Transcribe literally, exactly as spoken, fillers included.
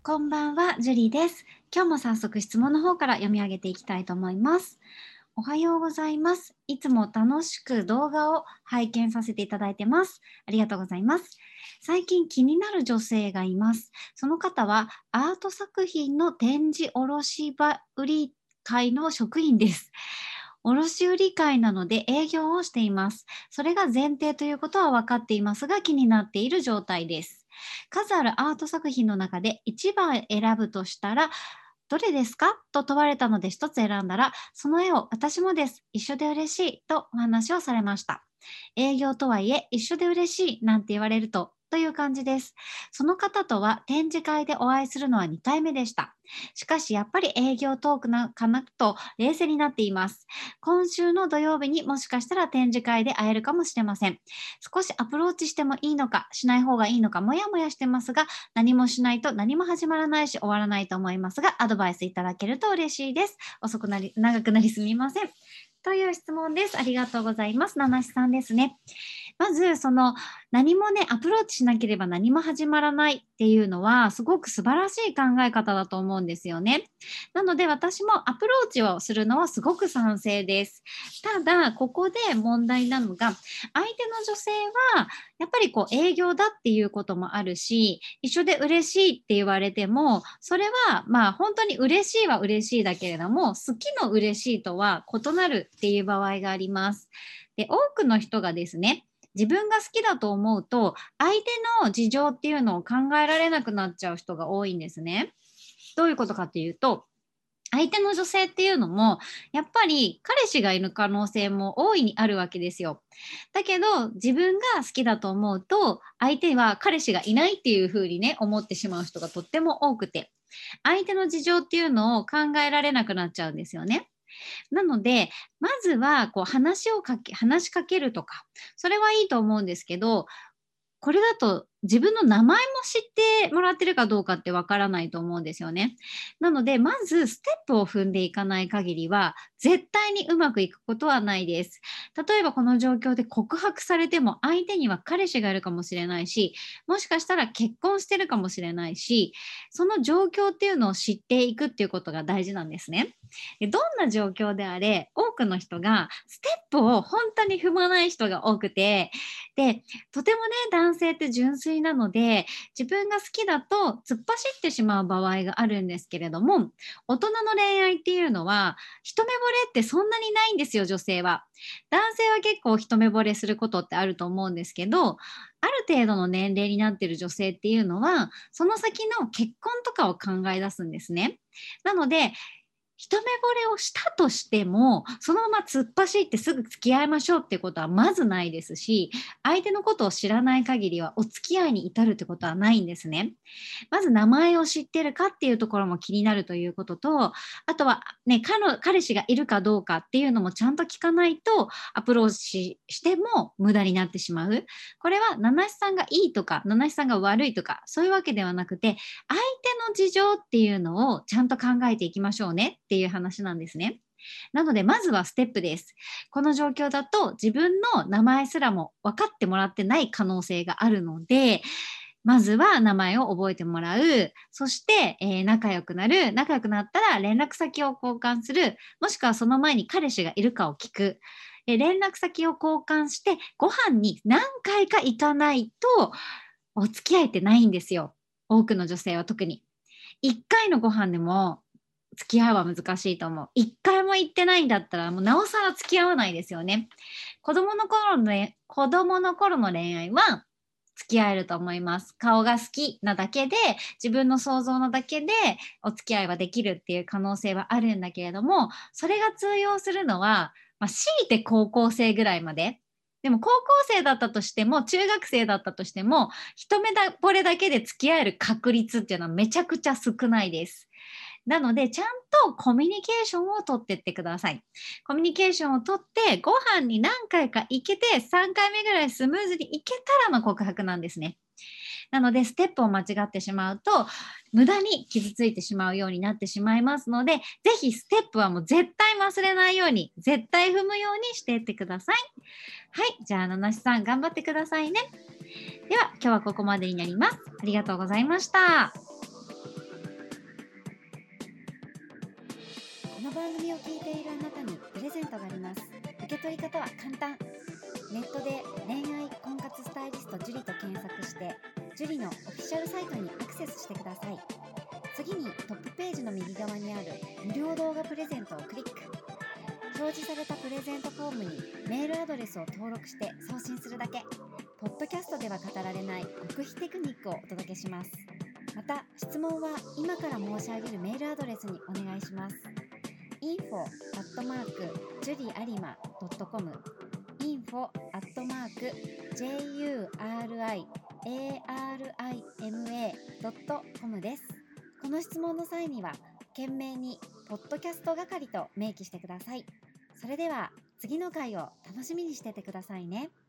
こんばんは、ジュリーです。今日も早速質問の方から読み上げていきたいと思います。おはようございます。いつも楽しく動画を拝見させていただいてます。ありがとうございます。最近気になる女性がいます。その方はアート作品の展示卸売会の職員です。卸売会なので営業をしています。それが前提ということは分かっていますが、気になっている状態です。数あるアート作品の中でいちばん選ぶとしたら、どれですかと問われたので一つ選んだら、その絵を私もです。一緒で嬉しいとお話をされました。営業とはいえ、一緒で嬉しいなんて言われると、という感じです。その方とは展示会でお会いするのはにかいめでした。しかしやっぱり営業トークなかなと冷静になっています。今週の土曜日にもしかしたら展示会で会えるかもしれません。少しアプローチしてもいいのか、しない方がいいのか、もやもやしてますが、何もしないと何も始まらないし終わらないと思いますが、アドバイスいただけると嬉しいです。遅くなり、長くなりすみません。という質問です。ありがとうございます。ななしさんですね。まず、その、何もね、アプローチしなければ何も始まらないっていうのは、すごく素晴らしい考え方だと思うんですよね。なので、私もアプローチをするのはすごく賛成です。ただ、ここで問題なのが、相手の女性は、やっぱりこう営業だっていうこともあるし、一緒で嬉しいって言われても、それはまあ本当に嬉しいは嬉しいだけれども、好きの嬉しいとは異なるっていう場合があります。で、多くの人がですね、自分が好きだと思うと、相手の事情っていうのを考えられなくなっちゃう人が多いんですね。どういうことかっていうと、相手の女性っていうのも、やっぱり彼氏がいる可能性も大いにあるわけですよ。だけど、自分が好きだと思うと、相手は彼氏がいないっていう風にね、思ってしまう人がとっても多くて、相手の事情っていうのを考えられなくなっちゃうんですよね。なので、まずはこう話をかけ話しかけるとか、それはいいと思うんですけど、これだと自分の名前も知ってもらってるかどうかってわからないと思うんですよね。なので、まずステップを踏んでいかない限りは、絶対にうまくいくことはないです。例えばこの状況で告白されても相手には彼氏がいるかもしれないし、もしかしたら結婚してるかもしれないし、その状況っていうのを知っていくっていうことが大事なんですね。でどんな状況であれ、多くの人がステップを本当に踏まない人が多くて、で、とてもね、男性って純粋なので、自分が好きだと突っ走ってしまう場合があるんですけれども、大人の恋愛っていうのは、一目惚れってそんなにないんですよ、女性は。男性は結構一目惚れすることってあると思うんですけど、ある程度の年齢になっている女性っていうのは、その先の結婚とかを考え出すんですね。なので、一目惚れをしたとしても、そのまま突っ走ってすぐ付き合いましょうっていうことはまずないですし、相手のことを知らない限りはお付き合いに至るってことはないんですね。まず名前を知ってるかっていうところも気になるということと、あとはね、彼彼氏がいるかどうかっていうのもちゃんと聞かないとアプローチしても無駄になってしまう。これは七七さんがいいとか、七七さんが悪いとか、そういうわけではなくて、相手の事情っていうのをちゃんと考えていきましょうねっていう話なんですね。なので、まずはステップです。この状況だと自分の名前すらも分かってもらってない可能性があるので、まずは名前を覚えてもらう。そして、えー仲良くなる。仲良くなったら連絡先を交換する。もしくはその前に彼氏がいるかを聞く。えー連絡先を交換して、ご飯に何回か行かないと、お付き合いってないんですよ。多くの女性は特に。いっかいのご飯でも付き合いは難しいと思う。いっかいも行ってないんだったら、もうなおさら付き合わないですよね。子供の頃の、ね、子供の頃の恋愛は付き合えると思います。顔が好きなだけで、自分の想像のだけでお付き合いはできるっていう可能性はあるんだけれども、それが通用するのは、まあ、強いて高校生ぐらいまで。でも高校生だったとしても、中学生だったとしても、一目惚れだけで付き合える確率っていうのはめちゃくちゃ少ないです。なので、ちゃんとコミュニケーションをとってってください。コミュニケーションをとって、ご飯に何回か行けて、さんかいめぐらいスムーズに行けたらの告白なんですね。なので、ステップを間違ってしまうと、無駄に傷ついてしまうようになってしまいますので、ぜひステップはもう絶対忘れないように、絶対踏むようにしていってください。はい、じゃあ、七七さん頑張ってくださいね。では、今日はここまでになります。ありがとうございました。 の番組を聞いているあなたにプレゼントがあります。受け取り方は簡単。ネットで恋愛婚活スタイリスト樹と検索して樹のオフィシャルサイトにアクセスしてください。次にトップページの右側にある無料動画プレゼントをクリック。表示されたプレゼントフォームにメールアドレスを登録して送信するだけ。ポッドキャストでは語られない極秘テクニックをお届けします。また質問は今から申し上げるメールアドレスにお願いします。 インフォ アットマーク ジュリアリマ ドットコム インフォ アットマーク ジェイユーアールアイエーアールアイエムエー ドットコム です。この質問の際には懸命にポッドキャスト係と明記してください。それでは次の回を楽しみにしててくださいね。